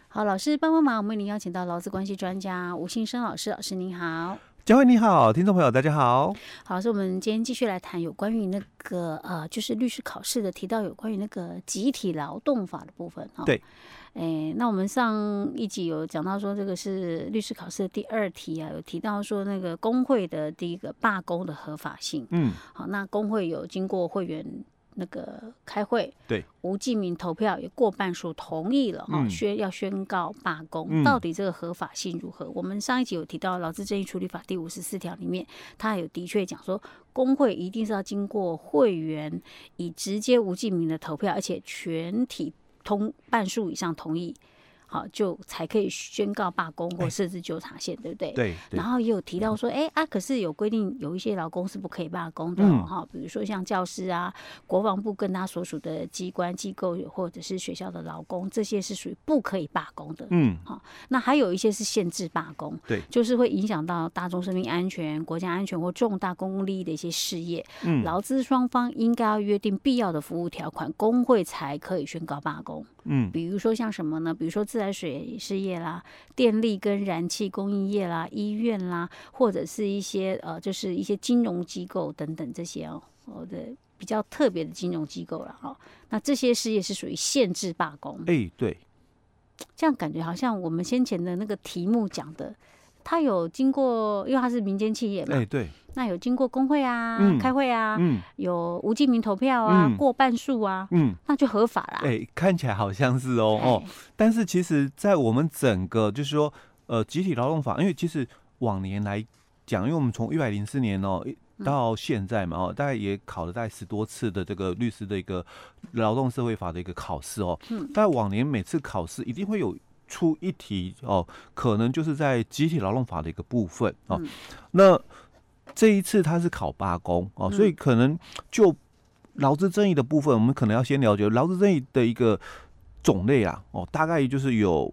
好，老师帮忙，我们为您邀请到劳资关系专家吴信生老师，老师您好。 嘉惠你好，听众朋友大家好。 好，老师，我们今天继续来谈有关于那个就是律师考试的，提到有关于那个集体劳动法的部分哈。 对。 那我们上一集有讲到说，这个是律师考试的第2题啊，有提到说那个工会的第一个罢工的合法性。好，那工会有经过会员那个开会， 对， 无记名投票也过半数同意了要宣告罢工。到底这个合法性如何？我们上一集有提到《劳资争议处理法》第54条里面，他有的确讲说，工会一定是要经过会员以直接无记名的投票，而且全体半数以上同意。好，就才可以宣告罢工或设置纠察线，对不对？ 对。 然后也有提到说，可是有规定，有一些劳工是不可以罢工的比如说像教师啊、国防部跟他所属的机关机构或者是学校的劳工，这些是属于不可以罢工的。那还有一些是限制罢工， 对， 就是会影响到大众生命安全、国家安全或重大公共利益的一些事业。劳资双方应该要约定必要的服务条款，工会才可以宣告罢工。比如说像什么呢？比如说自来水事业啦、电力跟燃气供应业啦、医院啦，或者是一些就是一些金融机构等等这些的比较特别的金融机构啦那这些事业是属于限制罢工。 对， 这样感觉好像我们先前的那个题目讲的，它有经过，因为它是民间企业嘛， 对。 那有经过工会啊、开会啊，有无记名投票啊，过半数啊，那就合法啦。 看起来好像是但是其实，在我们整个就是说，集体劳动法，因为其实往年来讲，因为我们从104年到现在嘛大概也考了大概10多次的这个律师的一个劳动社会法的一个考试但往年每次考试一定会有出一题可能就是在集体劳动法的一个部分那这一次他是考罢工所以可能就劳资争议的部分，我们可能要先了解劳资争议的一个种类啊大概就是有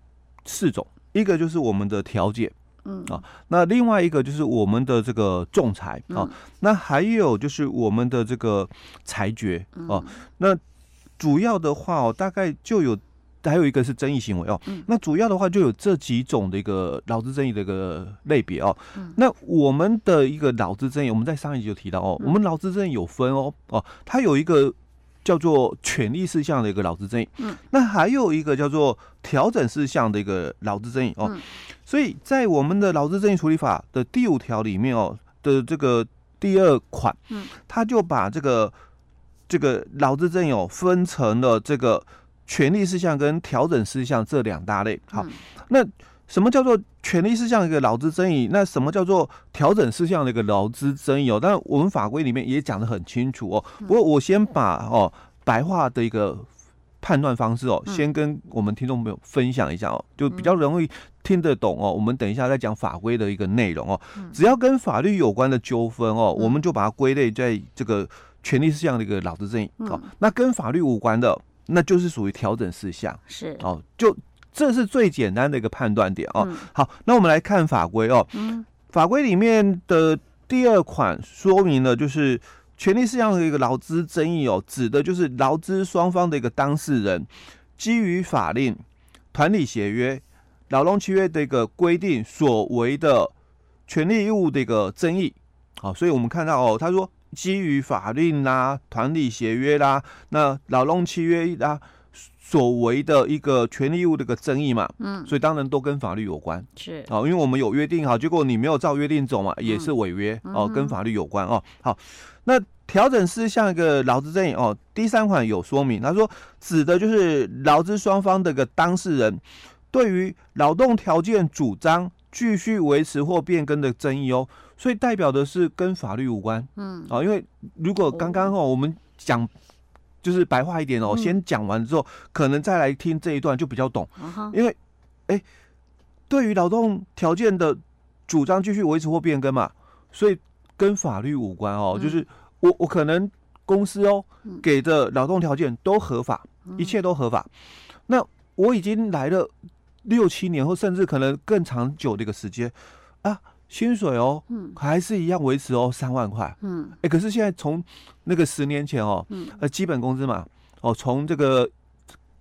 4种，一个就是我们的调解那另外一个就是我们的这个仲裁那还有就是我们的这个裁决那主要的话大概就有。还有一个是争议行为那主要的话就有这几种的一个劳资争议的一个类别那我们的一个劳资争议，我们在上一集就提到我们劳资争议有分它有一个叫做权利事项的一个劳资争议那还有一个叫做调整事项的一个劳资争议所以在我们的劳资争议处理法的第5条里面的这个第2款它就把这个劳资争议分成了这个权利事项跟调整事项这2大类。好，那什么叫做权利事项的一个劳资争议？那什么叫做调整事项的一个劳资争议当然，我们法规里面也讲得很清楚不过我先把白话的一个判断方式先跟我们听众朋友分享一下就比较容易听得懂我们等一下再讲法规的一个内容只要跟法律有关的纠纷我们就把它归类在这个权利事项的一个劳资争议那跟法律无关的。那就是属于调整事项， 是就这是最简单的一个判断点好，那我们来看法规法规里面的第2款说明了，就是权利事项的一个劳资争议指的就是劳资双方的一个当事人基于法令、团体协约、劳动契约的一个规定所为的权利义务的一个争议。好，所以我们看到他说。基于法令啦、团体协约啦、那劳动契约啦所为的一个权利义务的一个争议嘛，所以当然都跟法律有关， 是因为我们有约定好，结果你没有照约定走嘛，也是违约跟法律有关好，那调整事项一个劳资争议第3款有说明，他说指的就是劳资双方的一个当事人对于劳动条件主张继续维持或变更的争议所以代表的是跟法律无关因为如果刚刚我们讲就是白话一点先讲完之后可能再来听这一段就比较懂因为对于劳动条件的主张继续维持或变更嘛，所以跟法律无关就是我可能公司给的劳动条件都合法一切都合法那我已经来了6、7年或甚至可能更长久的一个时间薪水还是一样维持3万块可是现在从那个10年前基本工资嘛从这个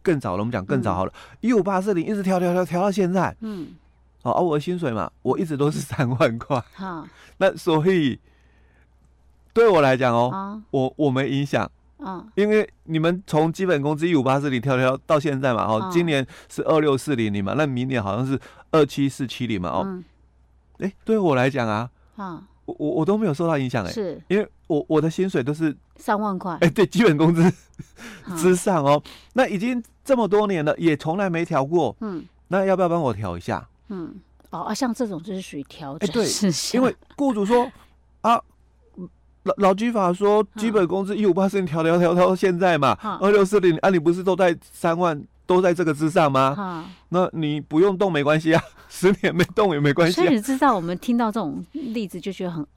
更早了，我们讲更早好了，15840一直调到现在，我的薪水嘛，我一直都是3万块，那所以对我来讲我没影响。因为你们从基本工资15840调到现在嘛，今年是2640嘛，那明年好像是27470嘛，对我来讲我都没有受到影响是因为我的薪水都是 3万块， 对，基本工资之上那已经这么多年了，也从来没调过，那要不要帮我调一下？ 像这种就是属于调整事项， 因为雇主说劳基法说基本工资15840调到现在嘛，2640你不是都在3万，都在这个之上吗？那你不用动没关系10年没动也没关系所以你知道我们听到这种例子就觉得很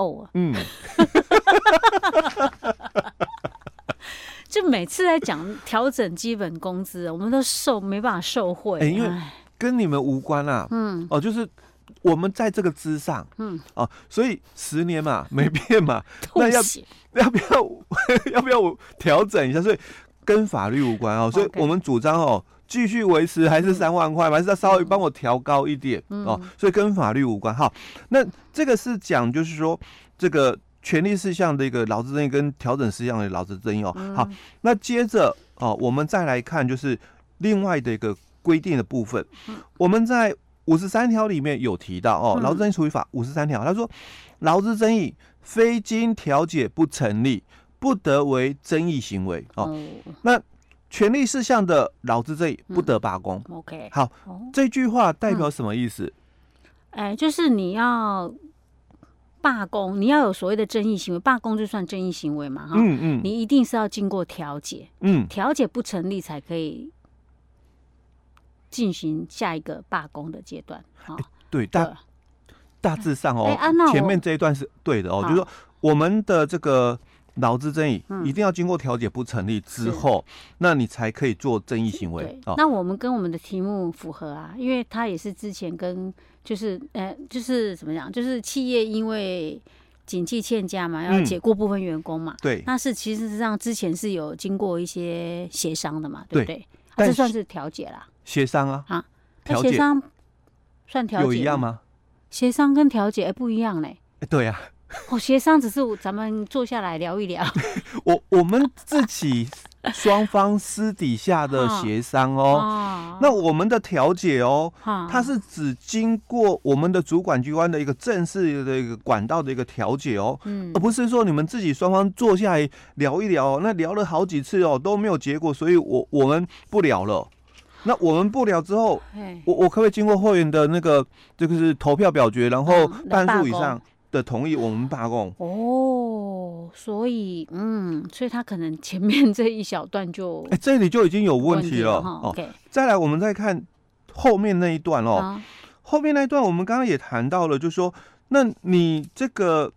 就每次在讲调整基本工资，我们都没办法受惠， 因为跟你们无关就是我们在这个之上，所以10年嘛没变嘛，那要不要我调整一下？所以跟法律无关所以我们主张继续维持还是3万块嘛，还是要稍微帮我调高一点所以跟法律无关。好，那这个是讲就是说这个权利事项的一个劳资争议跟调整事项的劳资争议好，那接着我们再来看就是另外的一个规定的部分，我们在53条里面有提到劳资争议处理法53条，他说劳资争议非经调解不成立，不得为争议行为那权利事项的劳资争议不得罢工。 OK， 好，这句话代表什么意思？ 就是你要罢工，你要有所谓的争议行为，罢工就算争议行为嘛你一定是要经过调解，调解不成立才可以进行下一个罢工的阶段。 对，大致上前面这一段是对的就是说我们的这个劳资争议一定要经过调解不成立之后，那你才可以做争议行为。 那我们跟我们的题目符合因为它也是之前跟就是怎么讲，就是企业因为景气欠佳嘛，要解雇部分员工嘛， 对， 那是其实上之前是有经过一些协商的嘛，对不对？这算是调解啦。 协商调解协商算调解有一样吗？ 协商跟调解不一样嘞。 对协商只是咱们坐下来聊一聊。 我们自己双方私底下的协商那我们的调解它是只经过我们的主管机关的一个正式的一个管道的一个调解而不是说你们自己双方坐下来聊一聊那聊了好几次都没有结果，所以我们不聊了。那我们不聊之后，我可不可以经过会员的那个这个是投票表决，然后半数以上的同意，我们罢工？ 所以他可能前面这一小段就这里就已经有问题了再来，我们再看后面那一段后面那一段我们刚刚也谈到了，就是说，那你这个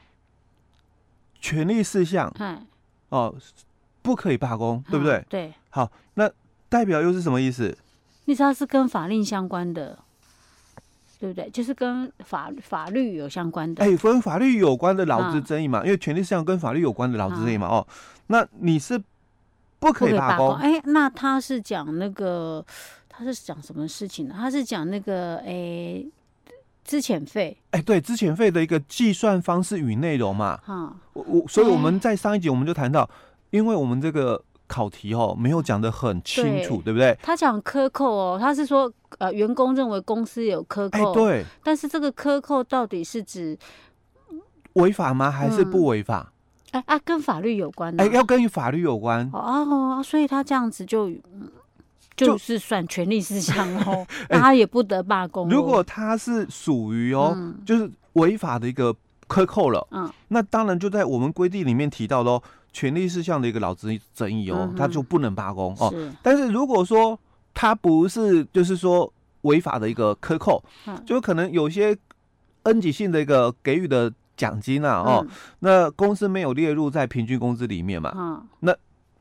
权利事项不可以罢工，对不对？ 对。 好，那代表又是什么意思？ 你知道是跟法令相关的，对不对？就是跟法律有相关的。 跟法律有关的劳资争议嘛，因为权利事项跟法律有关的劳资争议嘛。那你是不可以罢工。 那他是讲那个，他是讲什么事情呢？他是讲那个资遣费。 对，资遣费的一个计算方式与内容嘛。所以我们在上一集我们就谈到，因为我们这个考题没有讲得很清楚， 对不对？ 他讲克扣他是说员工认为公司有克扣， 对， 但是这个克扣到底是指违法吗？还是不违法？ 跟法律有关要跟法律有关所以他这样子就是算权利事项那他也不得罢工。 如果他是属于就是违法的一个克扣了，那当然就在我们规定里面提到的权利事项的一个劳资争议他就不能罢工但是如果说他不是就是说违法的一个克扣，就可能有些恩给性的一个给予的奖金那公司没有列入在平均工资里面嘛，那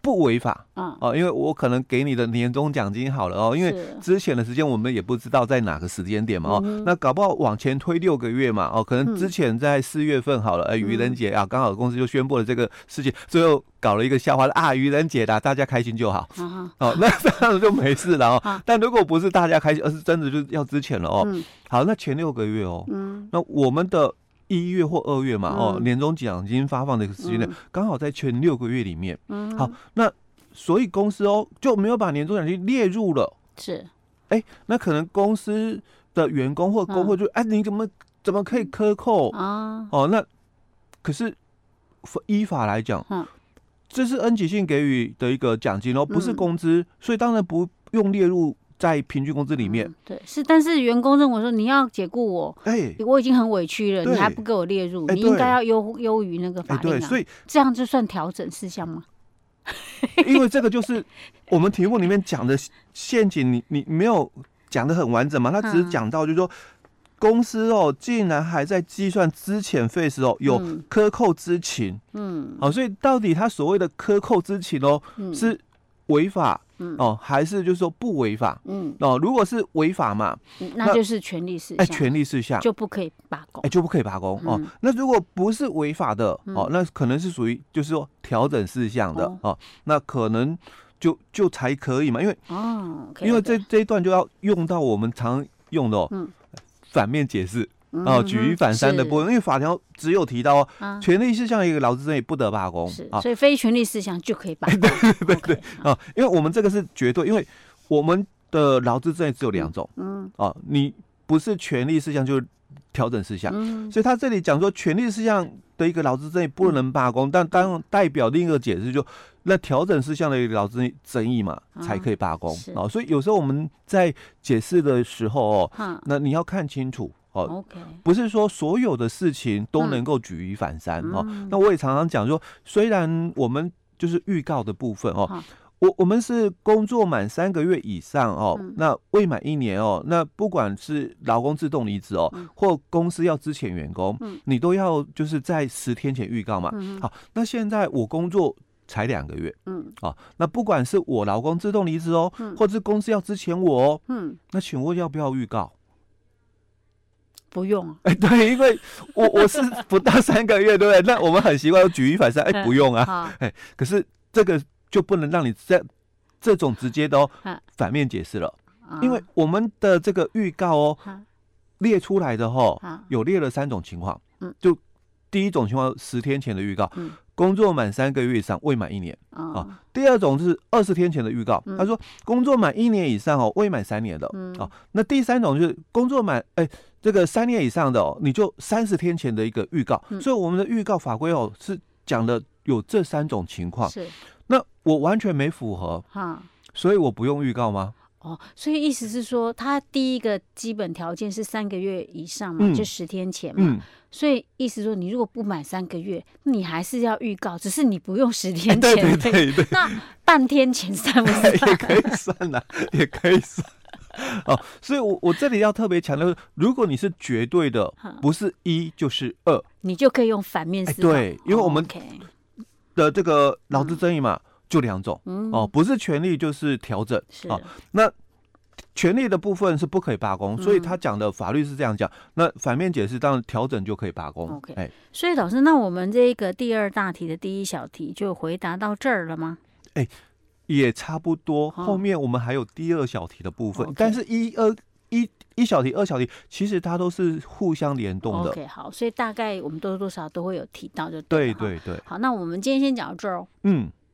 不违法因为我可能给你的年终奖金好了因为之前的时间我们也不知道在哪个时间点嘛那搞不好往前推6个月嘛可能之前在4月份好了愚人节刚好公司就宣布了这个事情，最后搞了一个笑话愚人节啦，大家开心就好那这样就没事了但如果不是大家开心，而是真的就要之前了好，那前6个月那我们的1月或2月嘛年终奖金发放的时间刚好在前6个月里面好，那所以公司就没有把年终奖金列入了， 是那可能公司的员工或工会就你怎么可以克扣那可是依法来讲这是恩给性给予的一个奖金不是工资所以当然不用列入在平均工资里面对，是，但是员工认为说你要解雇我我已经很委屈了你还不给我列入你应该要优于那个法令所以这样就算调整事项吗？ 因为这个就是我们题目里面讲的陷阱你没有讲得很完整嘛，他只是讲到就是说公司竟然还在计算资遣费时有克扣之情好，所以到底他所谓的克扣之情是违法还是就是说不违法如果是违法嘛那就是权利事项权利事项就不可以罢工就不可以罢工那如果不是违法的那可能是属于就是说调整事项的那可能就才可以嘛，因为因为这一段就要用到我们常用的反面解释举一反三的部分，因为法条只有提到权利事项一个劳资争议不得罢工所以非权利事项就可以罢工对因为我们这个是绝对，因为我们的劳资争议只有2种你不是权利事项就是调整事项所以他这里讲说权利事项的一个劳资争议不能罢工但当代表另一个解释就那调整事项的一个劳资争议嘛才可以罢工所以有时候我们在解释的时候那你要看清楚不是说所有的事情都能够举一反三那我也常常讲说虽然我们就是预告的部分我们是工作满3个月以上那未满1年那不管是劳工自动离职或公司要资遣员工你都要就是在10天前预告嘛好，那现在我工作才2个月那不管是我劳工自动离职或是公司要资遣我那请问要不要预告？ 不用对，因为我是不到3个月对不对？那我们很习惯举一反三不用可是这个就不能让你这种直接的反面解释了因为我们的这个预告列出来的有列了3种情况就第一种情况10天前的预告工作满3个月以上未满1年第二种是20天前的预告他说工作满1年以上未满3年的那第3种就是工作满这个3年以上的你就30天前的一个预告所以我们的预告法规是讲的有这3种情况是那我完全没符合所以我不用预告吗？ 所以意思是说他第一个基本条件是3个月以上嘛就10天前嘛所以意思说你如果不满3个月你还是要预告只是你不用10天前对那半天前算不算也可以算啦也可以算所以我这里要特别强调如果你是绝对的不是1就是2 你就可以用反面思考对因为我们的这个劳资争议嘛就2种不是权利就是调整那权利的部分是不可以罢工所以他讲的法律是这样讲那反面解释当然调整就可以罢工所以老师那我们这个第2大题的第1小题就回答到这儿了吗？ 也差不多后面我们还有第2小题的部分但是一小题2小题其实它都是互相联动的好所以大概我们多多少少都会有提到就对好那我们今天先讲到这儿